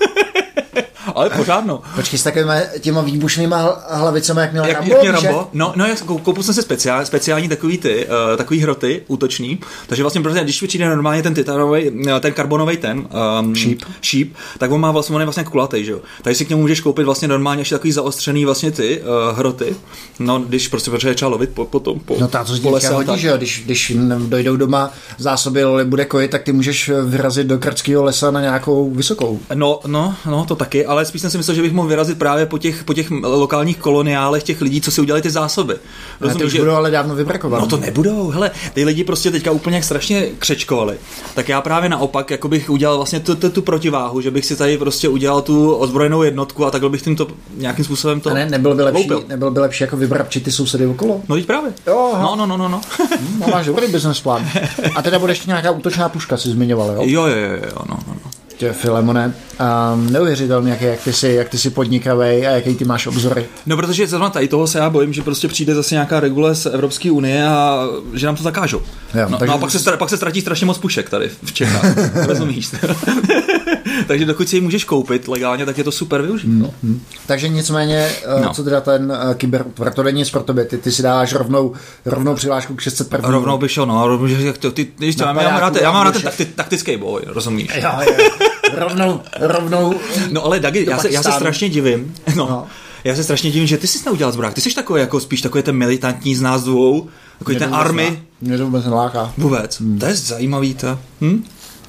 Ale pořádnou. Počkej, s takovýma těma výbušnýma hlavicama, jak měl jak, Rambo? Jak měl Rambo? No, no, koupil jsem si speciál, speciální takový ty, uh, takový hroty útoční, takže vlastně, protože když přijde normálně ten titanový, ten karbonový ten um, šíp. šíp, tak on má vlastně, on je vlastně kulatý, že jo. Takže si k němu můžeš koupit vlastně normálně ještě takový zaostřený vlastně ty uh, hroty, no, když prostě potřebuje třeba lovit po, po tom, po, no to, co po lese hodí, že jo, když, když dojdou doma zásoby, bude kojit, tak ty můžeš vyrazit do Krtského lesa na nějakou vysokou. No, no, no, to taky, ale spíš jsem si myslel, že bych mohl vyrazit právě po těch, po těch lokálních koloniálech těch lidí, co si udělali ty zásoby. Rozumíš, ty už že... budou ale dávno vybrakovat. No to nebudou, hele, ty lidi prostě teďka úplně jak strašně křečkovali. Tak já právě naopak, jako bych udělal vlastně tu, tu, tu protiváhu, že bych si tady prostě udělal tu ozbrojenou jednotku a takhle bych tím to nějakým způsobem to. A ne, nebylo by lepší, nebylo by lepší jako vybrabčit ty sousedy okolo. No teď právě. Jo, no, no, no, no, no. no máš dobrý business plán. A teda bude ještě nějaká útočná puška, si zmiňoval, jo? Jo, jo, jo, jo, no, no. Filemone, um, neuvěřitelný, jak, jak, ty jsi, jak ty jsi podnikavej a jaký ty máš obzory. No, protože zrovna tady toho se já bojím, že prostě přijde zase nějaká regule z Evropské unie a že nám to zakážou. Jo, no, takže... no a pak se, stra- pak se ztratí strašně moc pušek tady v Čechách. Rozumíš? Takže dokud si ji můžeš koupit legálně, tak je to super využít. No. Hmm. Takže nicméně, no. co teda ten uh, kyberútvar, to není nic pro tebe, ty, ty si dáš rovnou, rovnou přihlášku k šest set první. Rovnou by šel, no, rovnou, že ty, ty, ty, já, mám rád, já mám rád ten takti, taktický boj, rozumíš? Jo, jo. rovnou, rovnou. No ale Dagi, já se, já se strašně divím, no, no. Já se strašně divím, že ty jsi neudělal zbrák, ty jsi takový jako spíš takový ten militantní z nás dvou, takový ten army. Mě to vůbec neláká. Vůbec, hmm. To je zajímavý to. Hm?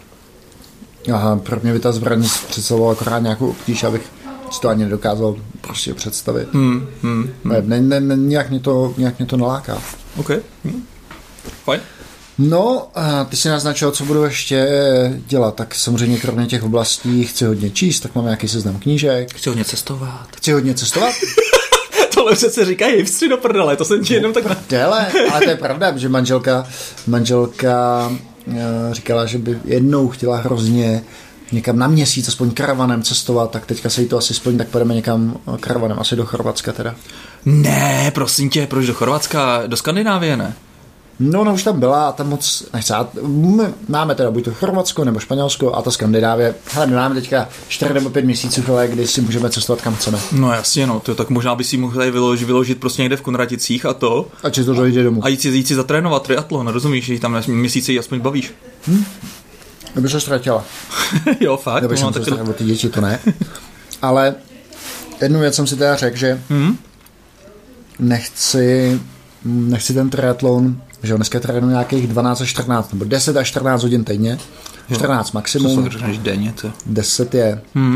Aha, pro mě by ta zbraň představovala akorát nějakou obtíž, abych si to ani nedokázal prostě představit. Hmm, hmm, hmm. Ne, ne, ne, nějak, mě to, nějak mě to naláká. OK. Hm. Fajn. No, a ty si naznačil, co budu ještě dělat, tak samozřejmě kromě těch oblastí chci hodně číst, tak mám nějaký seznam knížek. Chci hodně cestovat. Chci hodně cestovat? Tohle přece říkají hipstři do prdele, to jsem ti jenom tak... Prdele, ale to je pravda, že manželka, manželka říkala, že by jednou chtěla hrozně někam na měsíc, aspoň karavanem cestovat, tak teďka se jí to asi splní, tak půjdeme někam karavanem, asi do Chorvatska teda. Ne, prosím tě, proč do Chorvatska? Do Skandinávie, ne? No, ona už tam byla a tam moc nechce. Máme teda buď to Chorvatsko nebo Španělsko a ta Skandinávie. Hele, my máme teďka čtyři nebo pět měsíců, ale kdy si můžeme cestovat kam chceme. No jasně, no, to, tak možná by si mohl tady vyložit, vyložit prostě někde v Konraticích a to. A či to dojde domů. A jít si, jít si zatrénovat triatlon, rozumíš, že tam měsíce jí aspoň bavíš. Hm? Kdyby se ztratila. Jo, fakt. Kdyby jsem se ztratila, ty děti to ne. Ale jednu věc jsem si teda řekl, že hmm? nechci, nechci ten triatlon, že dneska trénu nějakých dvanáct až čtrnáct, nebo deset až čtrnáct hodin týdně, čtrnáct maximum. Co se denně, to? deset je. Hmm.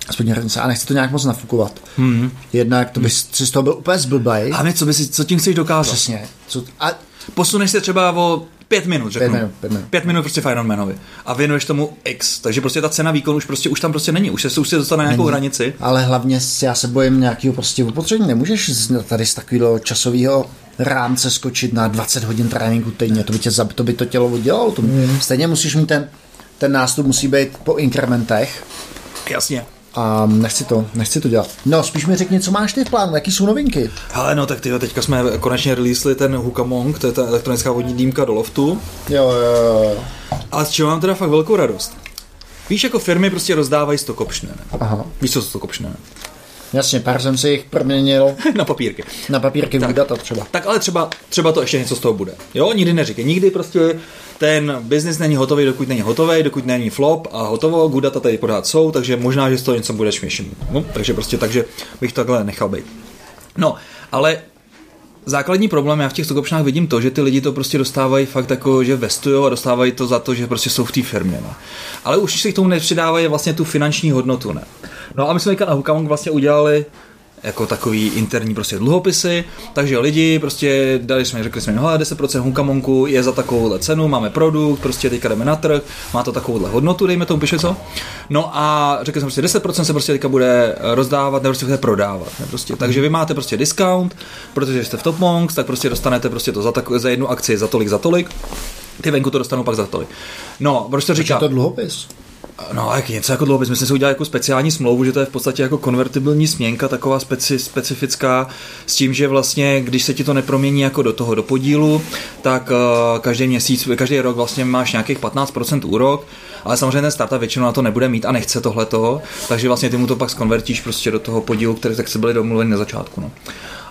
Aspoň hranice. A nechci to nějak moc nafukovat. Hmm. Jednak to bys si z toho byl úplně zblbej. A co, by si, co tím chceš dokázat? Přesně. Co, a posuneš se třeba o pět minut, řeknu. Pět minut, pět minut. Pět minut prostě v Ironmanovi. A věnuješ tomu X. Takže prostě ta cena výkonu už prostě už tam prostě není. Už se, už se dostane na nějakou není. hranici. Ale hlavně já se bojím nějakého prostě opotření. Nemůžeš tady z takového časového rámce skočit na dvacet hodin tréninku týdně. To by, tě, to by to tělo udělalo. To, mm. Stejně musíš mít ten, ten nástup musí být po inkrementech. Jasně. A nechci to, nechci to dělat. No, spíš mi řekni, co máš ty v plánu, jaký jsou novinky? Hele, no tak tyjo, teďka jsme konečně releasli ten Hukamong, to je ta elektronická vodní dýmka do loftu. Jo, jo, jo. Ale s čím mám teda fakt velkou radost? Víš, jako firmy prostě rozdávají stock optiony. Aha. Víš, co jsou stock optiony? Jasně, pár jsem si jich proměnil. Na papírky. Na papírky v data třeba. Tak ale třeba, třeba to ještě něco z toho bude. Jo, nikdy neříkej. Nikdy prostě ten biznis není hotový, dokud není hotový, dokud není flop a hotovo, good data tady pořád jsou, takže možná, že z toho něco bude směšný. No, takže prostě takže bych takhle nechal být. No, ale základní problém, já v těch stock optionách vidím to, že ty lidi to prostě dostávají fakt jako, že vestujou a dostávají to za to, že prostě jsou v té firmě. Ne? Ale už si k tomu nepřidávají vlastně tu finanční hodnotu. Ne? No a my jsme na Hukamong vlastně udělali jako takový interní prostě dluhopisy, takže lidi prostě dali jsme, řekli jsme, no deset procent Hukamongu je za takovouhle cenu, máme produkt, prostě teďka jdeme na trh, má to takovouhle hodnotu, dejme tomu, píše co. No a řekli jsme prostě deset procent se prostě teďka bude rozdávat, nebo prostě bude prodávat, ne prostě. Takže vy máte prostě discount, protože jste v Top Monks, tak prostě dostanete prostě to za, tak, za jednu akci za tolik, za tolik. Ty venku to dostanou pak za tolik. No, proč to říkám? Je to dluhopis? No, jak něco jako dluhopis. My jsme si udělali jako speciální smlouvu, že to je v podstatě jako konvertibilní směnka, taková speci, specifická, s tím, že vlastně, když se ti to nepromění jako do toho, do podílu, tak uh, každý měsíc, každý rok vlastně máš nějakých patnáct procent úrok, ale samozřejmě ten startup většinou na to nebude mít a nechce tohleto, takže vlastně ty mu to pak skonvertíš prostě do toho podílu, který tak se byli domluveni na začátku. No.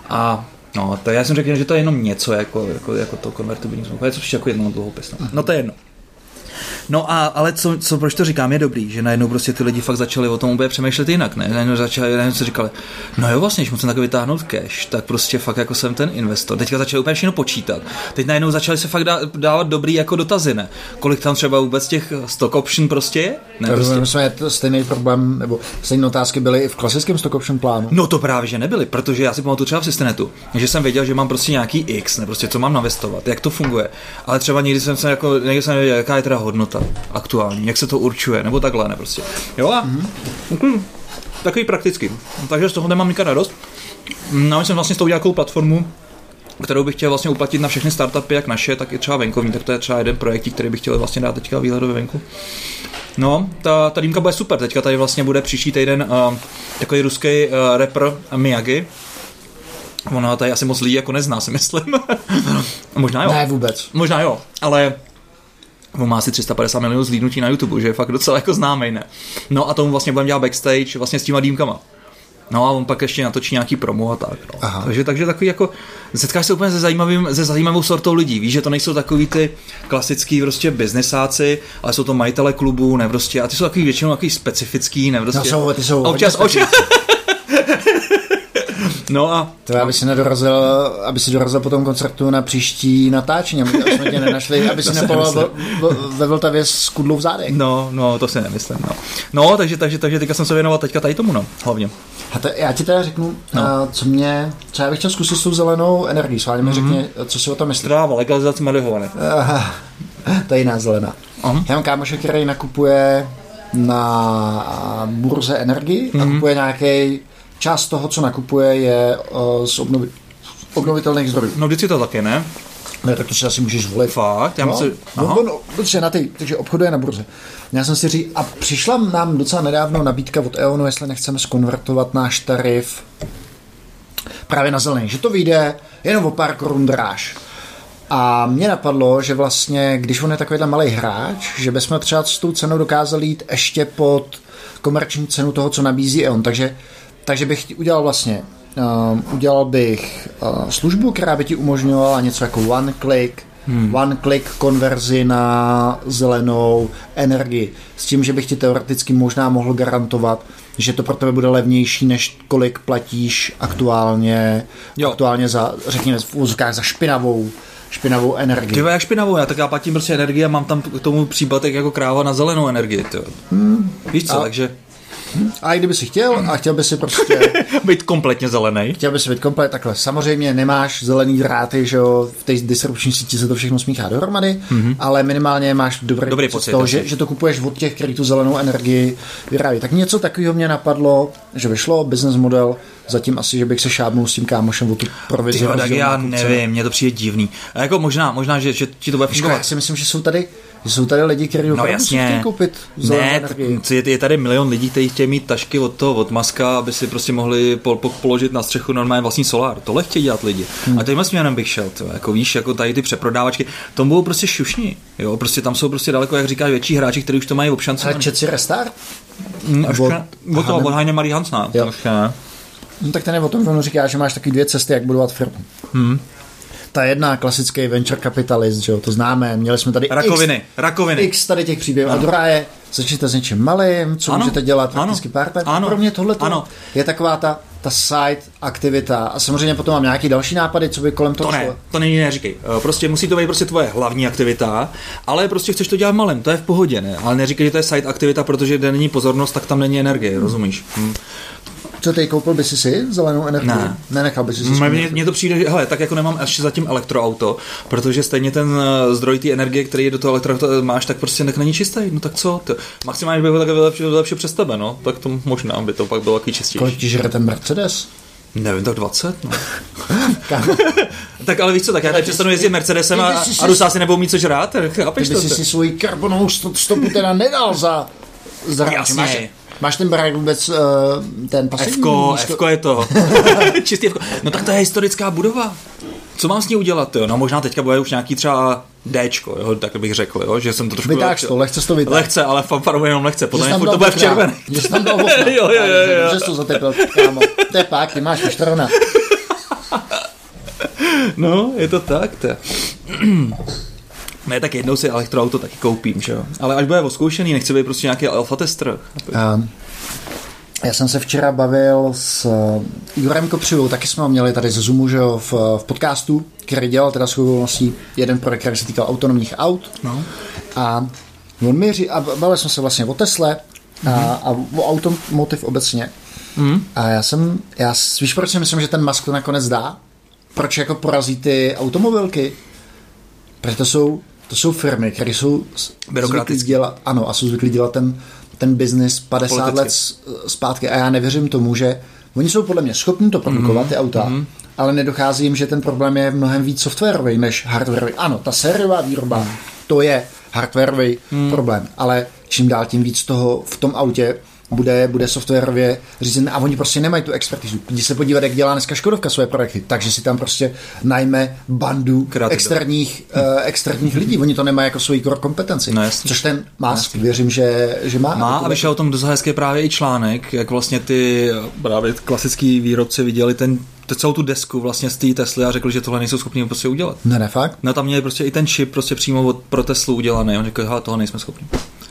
A no, to já jsem řekl, že to je jenom něco jako, jako, jako to konvertibilní smlouva, je to jako jedno dluhopis. No. no to je jedno. No a, ale co, co, proč to říkám, je dobrý, že najednou prostě ty lidi fakt začali o tom úplně přemýšlet jinak, ne? Najednou začali, najednou si říkali, no jo, vlastně, když musím takhle vytáhnout cash, tak prostě fakt jako jsem ten investor. Teďka začali úplně všechno počítat. Teď najednou začali se fakt dá, dávat dobrý jako dotazy, ne? Kolik tam třeba vůbec těch stock option prostě je? Ne, prostě. Jsme stejný problém, nebo stejné otázky byly i v klasickém stock option plánu. No to právě, že nebyly, protože já si pamatuju třeba v Systenetu, že jsem věděl, že mám prostě nějaký X, ne prostě co mám navestovat, jak to funguje. Ale třeba někdy jsem se jako, někdy jsem nevěděl, jaká je teda hodnota aktuální, jak se to určuje, nebo takhle, ne prostě. Jo a mm-hmm. takový praktický. Takže z toho nemám nikdy radost. No, jsem vlastně s tou nějakou platformu, kterou bych chtěl vlastně uplatit na všechny startupy, jak naše, tak i třeba venkovní, tak to je třeba jeden projekt, který bych chtěl vlastně dát teďka výhledově venku. No, ta, ta dýmka bude super, teďka tady vlastně bude příští týden uh, takový ruský uh, rapper Miyagi. Ona tady asi moc lidí jako nezná, si myslím. Možná jo. Ne, vůbec. Možná jo, ale on má asi tři sta padesát milionů zhlídnutí na YouTube, že je fakt docela jako známej, ne? No a tomu vlastně budeme dělat backstage vlastně s těma dýmkama. No a on pak ještě natočí nějaký promo a tak. No. Takže, takže takový jako, setkáš se úplně se, zajímavým, se zajímavou sortou lidí, víš, že to nejsou takový ty klasický prostě biznesáci, ale jsou to majitele klubů, ne prostě, a ty jsou takový většinou takový specifický, ne prostě. No jsou, ty jsou občas, občas. No a... To aby si nedorazil, aby si dorazil po tom koncertu na příští natáčení, aby jsme tě nenašli, aby si nepoloval ve Vltavě s kudlou v zádech. No, no, to si nemyslím, no. No, takže, takže, takže teďka jsem se věnoval teďka tady tomu, no, hlavně. A to, já ti teda řeknu, no. co mě, co já bych chtěl zkusit s tou zelenou energií, sválně mi mm-hmm. řekni, co si o tom myslíš. Tráva, legalizace marihuany. To je jiná zelená. Uh-huh. Já mám kámoše, který nakupuje na burze energii mm-hmm. a kupuje nějaký část toho, co nakupuje, je uh, z obnovi, obnovitelných zdrojů. No vždycky to taky, ne? Ne, tak to si asi můžeš volit. Fakt? Já no, musím... no, no, protože na ty, takže obchoduje na burze. Já jsem si říkal, a přišla nám docela nedávno nabídka od E O N, jestli nechceme skonvertovat náš tarif právě na zelený, že to vyjde jenom o pár korun dráž. A mě napadlo, že vlastně, když on je takovýhle malý hráč, že bychom třeba s tou cenou dokázali jít ještě pod komerční cenu toho, co nabízí E O N. Takže Takže bych udělal vlastně, um, udělal bych uh, službu, která by ti umožňovala něco jako one click, hmm. one click konverzi na zelenou energii. S tím, že bych ti teoreticky možná mohl garantovat, že to pro tebe bude levnější, než kolik platíš aktuálně, aktuálně za, řekněme, v úzkách za špinavou, špinavou energii. Tyvo, jak špinavou? Já tak já platím prostě energii a mám tam k tomu příplatek jako kráva na zelenou energii. Hmm. Víš co, a... takže... A i kdyby si chtěl a chtěl by si prostě... být kompletně zelený. Chtěl by si být komplet takhle. Samozřejmě nemáš zelený dráty, že jo, v té distribuční síti se to všechno smíchá dohromady, mm-hmm. ale minimálně máš dobrý, dobrý pocit toho, že, že to kupuješ od těch, kteří tu zelenou energii vyrábí. Tak něco takového mě napadlo, že vyšlo business model, zatím asi, že bych se šábnul s tím kámošem o tu provizi. Tyjo, tak já nevím, mně to přijde divný. A jako možná, možná, že, že ti to bude fungovat. Já si myslím, že jsou tady jsou tady lidi, kteří no, jasně. chtějí koupit ne, je, je tady milion lidí, kteří chtějí mít tašky od toho, od Muska, aby si prostě mohli po, po, položit na střechu normálně vlastní solár. Tohle chtějí dělat lidi. Hmm. A tímhle směrem bych šel, to, jako víš, jako tady ty přeprodávačky, tomu budou prostě šušní, jo, prostě tam jsou prostě daleko, jak říkáš, větší hráči, kteří už to mají obšancované. Ale čet si Restart? Mm, od toho, od Heine Marie Hansna. No tak ten je o tom, že on říká, že máš taky dvě cesty, jak budovat firmu. Hmm. Ta jedna, klasický venture capitalist, že jo, to známe, měli jsme tady rakoviny, x, rakoviny. x tady těch příběhů. A druhá je, začněte s něčím malým, co ano, můžete dělat prakticky part-time. Pro mě tohle je taková ta, ta side aktivita. A samozřejmě potom mám nějaký další nápady, co by kolem toho to šlo. Ne, to není, neříkej. Prostě musí to být prostě tvoje hlavní aktivita, ale prostě chceš to dělat malým, to je v pohodě, ne? Ale neříkej, že to je side aktivita, protože kde není pozornost, tak tam není energie, rozumíš? Hm. Co ty, koupil by si si zelenou energii? Ne. Nenechal by si si Mně, mně to přijde, že hele, tak jako nemám ještě zatím elektroauto, protože stejně ten zdroj té energie, který do toho elektroauta máš, tak prostě není čistý. No tak co? To, maximálně by bylo takové lepší, lepší přes tebe, no. Tak to možná by to pak bylo taky čistější. Kolik ti žere ten Mercedes? Nevím, tak dvacet, no. Tak ale víš co, tak já tady přestanu jezdit Mercedesem a, a Rusáci nebudou mít co žrát, chápeš to? Ty by si si svoji karbonovou stopu teda nedal za... za jasně. Máš ten barák vůbec uh, ten pasivní? Fko, Fko je to. Čistý Fko. No tak to je historická budova. Co mám s ní udělat, jo? No možná teďka bude už nějaký třeba Dčko, jo? Tak bych řekl, jo? Že jsem to trošku... Vytáč to, lehce to vytáč. Lehce, ale fanfarově jenom lehce, podle mě to bude v červené. Že jsi tam dal okna. Jo, jo, jo, jo. Že jsi to zatepil, kámo. To je pak, ty máš vyštrona. No, je to tak, to. Ne, tak jednou si elektroauto taky koupím, že jo. Ale až bude oskoušený, nechci být prostě nějaký alfa tester. Um, já jsem se včera bavil s Igorem Kopřivou, taky jsme ho měli tady ze Zoomu, že jo, v, v podcastu, který dělal teda svou volností jeden projekt, který se týkal autonomních aut. No. A on mi ří, a bavili jsme se vlastně o Tesle a, mm-hmm. a o automotiv obecně. Mm-hmm. A já jsem, já, víš, proč si myslím, že ten Musk to nakonec dá? Proč jako porazí ty automobilky? Protože to jsou, to jsou firmy, které jsou zvyklí dělat, ano, a jsou zvyklí dělat ten, ten biznis padesát politicky let zpátky a já nevěřím tomu, že oni jsou podle mě schopni to produkovat, mm-hmm. ty auta, mm-hmm. ale nedochází jim, že ten problém je mnohem víc softwarový než hardwarový. Ano, ta sériová výroba, mm. to je hardwarový mm. problém, ale čím dál tím víc toho v tom autě bude, bude softwarově řízené a oni prostě nemají tu expertizu. Když se podívat, jak dělá dneska Škodovka svoje projekty, takže si tam prostě najme bandu externích, uh, externích lidí. Oni to nemají jako svoji core kompetenci. No, což ten Musk, no, věřím, že, že má. Má a vyšel o tom dost hezké právě i článek, jak vlastně ty právě klasický výrobci viděli ten celou tu desku vlastně z té Tesly a řekli, že tohle nejsou schopni prostě udělat. Ne, ne, fakt? No tam měli prostě i ten čip prostě přímo od, pro Teslu udělaný. On řekl, hele, toho nejsme schopni.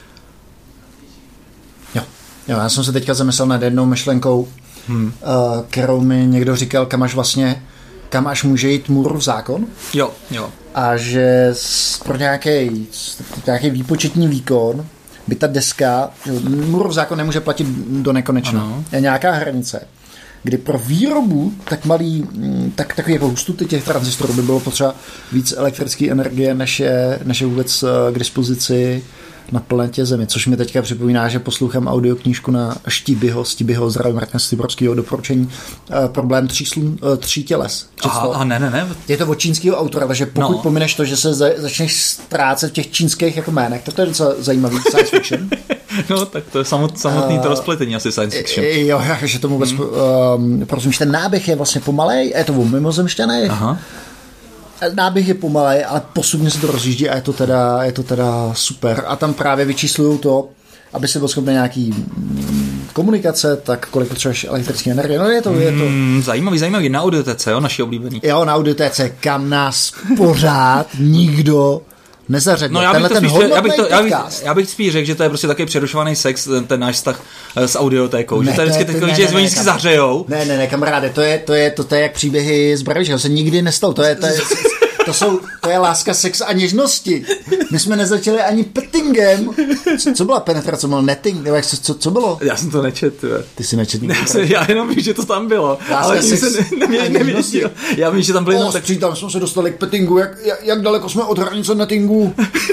Jo, já jsem se teďka zamyslel nad jednou myšlenkou, hmm. uh, kterou mi někdo říkal, kam až vlastně, kam až může jít Moorův zákon. Jo, jo. A že pro nějaký, nějaký výpočetní výkon by ta deska, Moorův zákon nemůže platit do nekonečna. Ano. Je nějaká hranice, kdy pro výrobu tak malý, tak takový jako hustoty těch tranzistorů by bylo potřeba víc elektrické energie, než je, než je vůbec k dispozici na planetě Zemi, což mi teďka připomíná, že poslouchám audioknížku na Štíbyho, Štíbyho, zdravím Martina Stybrovského doporučení, uh, problém tří, slun, uh, tří těles. Aha, aha, ne, ne, ne. Je to od čínského autora, takže pokud no. pomineš to, že se za, začneš ztrácet v těch čínských jako jménech, tak to je docela zajímavý science fiction. No, tak to je samot, samotný uh, to rozpletení asi science fiction. Jo, že tomu vůbec, hmm. um, porozumíš, ten náběh je vlastně pomalej, je to o mimozemšťanech. Aha. Náběh je pomalej, ale postupně se to rozjíždí a je to teda, je to teda super. A tam právě vyčíslují to, aby se byl schopný nějaký komunikace, tak kolik potřebuješ elektrické energie. No je to, je to. Mm, zajímavý, zajímavý. Na Audio T C, jo, naši oblíbený. Jo, na Audio T C, kam nás pořád nikdo nezařadil. No já bych, to spíš, já, bych to, já, bych, já bych spíš řekl, že to je prostě takový přerušovaný sex, ten, ten náš vztah s audiotékou. Ne, že to je vždycky to, takový, ne, že ne, oni vždycky zahřejou. Ne, ne, ne, kamaráde, to je, to je, to, to je jak příběhy z Braviče, to se nikdy nestalo. To je, to je, To, jsou, to je láska, sex a něžnosti. My jsme nezačali ani pettingem. Co, co byla penetrace? Byl netting? Nebo jak, co, co bylo? Já jsem to nečet. Tve. Ty jsi nečet nikdy. Ne, já jenom vím, že to tam bylo. Láska, ale tím se ne, ne, nevěděl. Já vím, že tam byly... O, tak... Tam jsme se dostali k pettingu. Jak, jak, jak daleko jsme od hranice nettingu?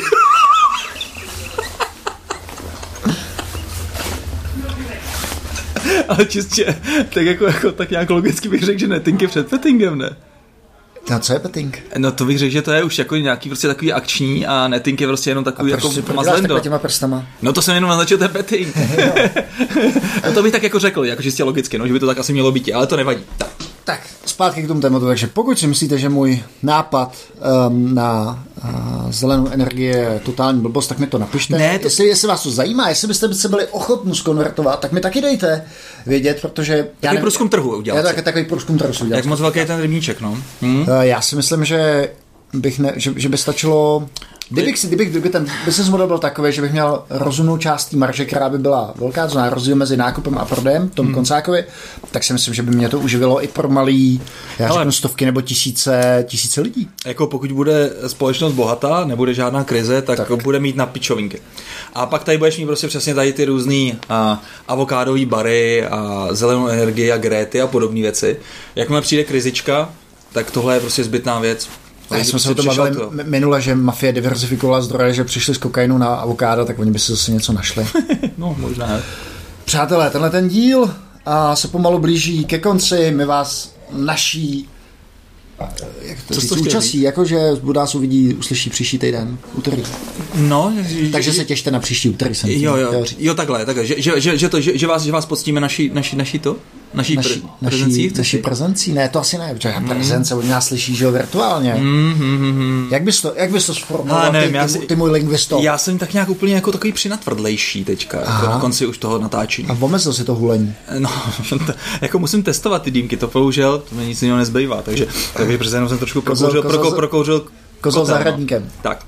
Ale čistě, tak jako, jako tak nějak logicky bych řekl, že netting je před pettingem, ne? No, co je petting? No to bych řekl, že to je už jako nějaký prostě takový akční a netting je prostě jenom takový jako mazlendo. A těma prstama? No to jsem jenom naznačil, to je petting. No to bych tak jako řekl, jako čistě logicky, no, že by to tak asi mělo být, ale to nevadí. Tak. Tak, zpátky k tomu tématu, takže pokud si myslíte, že můj nápad um, na uh, zelenou energii je totální blbost, tak mi to napište. Ne, to... Jestli, jestli vás to zajímá, jestli byste se byli ochotni skonvertovat, tak mi taky dejte vědět, protože... Takový průzkum trhu udělat. Já tak, takový průzkum trhu udělat. Jak moc velký je ten rybníček, no? Hmm? Uh, já si myslím, že, bych ne, že, že by stačilo... Kdybych si, kdybych, kdyby ten business model byl takový, že bych měl rozumnou část té marže, která by byla velká, to znamená rozdíl mezi nákupem a prodejem, tom hmm. koncákovi, tak si myslím, že by mě to uživilo i pro malý, já řeknu stovky nebo tisíce, tisíce lidí. Jako pokud bude společnost bohatá, nebude žádná krize, tak, tak. bude mít na pičovinky. A pak tady budeš mít prostě přesně tady ty různý a, avokádový bary a zelenou energii a gréty a podobné věci. Jakmile přijde krizička, tak tohle je prostě zbytná věc. A jsme se o tom bavili to. minule, že mafie diverzifikovala zdroje, že přišli z kokainu na avokádo, tak oni by si zase něco našli. No, možná. Přátelé, tenhle ten díl a se pomalu blíží ke konci. My vás naší jak to říct, účastí, jakože nás uvidí, uslyší příští týden, úterý. No, takže že, se těšte na příští úterý. Jsem jo, jo, jo, takhle, takhle, že, že, že, že, to, že, že, vás, že vás poctíme naší, naší, naší to? Naší, naší, pre, prezencí? Naší, naší prezencí? Ne, to asi ne, protože mm. prezence od nás slyší, že jo, virtuálně. Mm, mm, mm. Jak bys to, jak bys to sformuloval, ty, ty, si, ty můj lingvisto? Já jsem tak nějak úplně jako takový přinatvrdlejší teďka, jako na konci už toho natáčení. A omezil si to hulení? No, to, jako musím testovat ty dýmky, to bohužel, to mi nic jiného nezbývá, takže takže přece jenom jsem trošku prokouřil, proko, prokouřil kozel zahradníkem. Tak.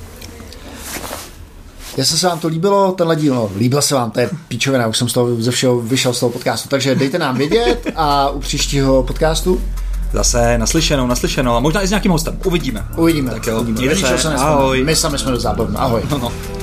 Jestli se vám to líbilo, tenhle díl, no, líbil se vám, to je píčovina, už jsem z toho ze všeho vyšel z toho podcastu, takže dejte nám vědět a u příštího podcastu zase naslyšenou, naslyšenou a možná i s nějakým hostem, uvidíme. Uvidíme. Tak jo, uvidíme. Se, ahoj. My sami jsme do zábavní, ahoj. No, no.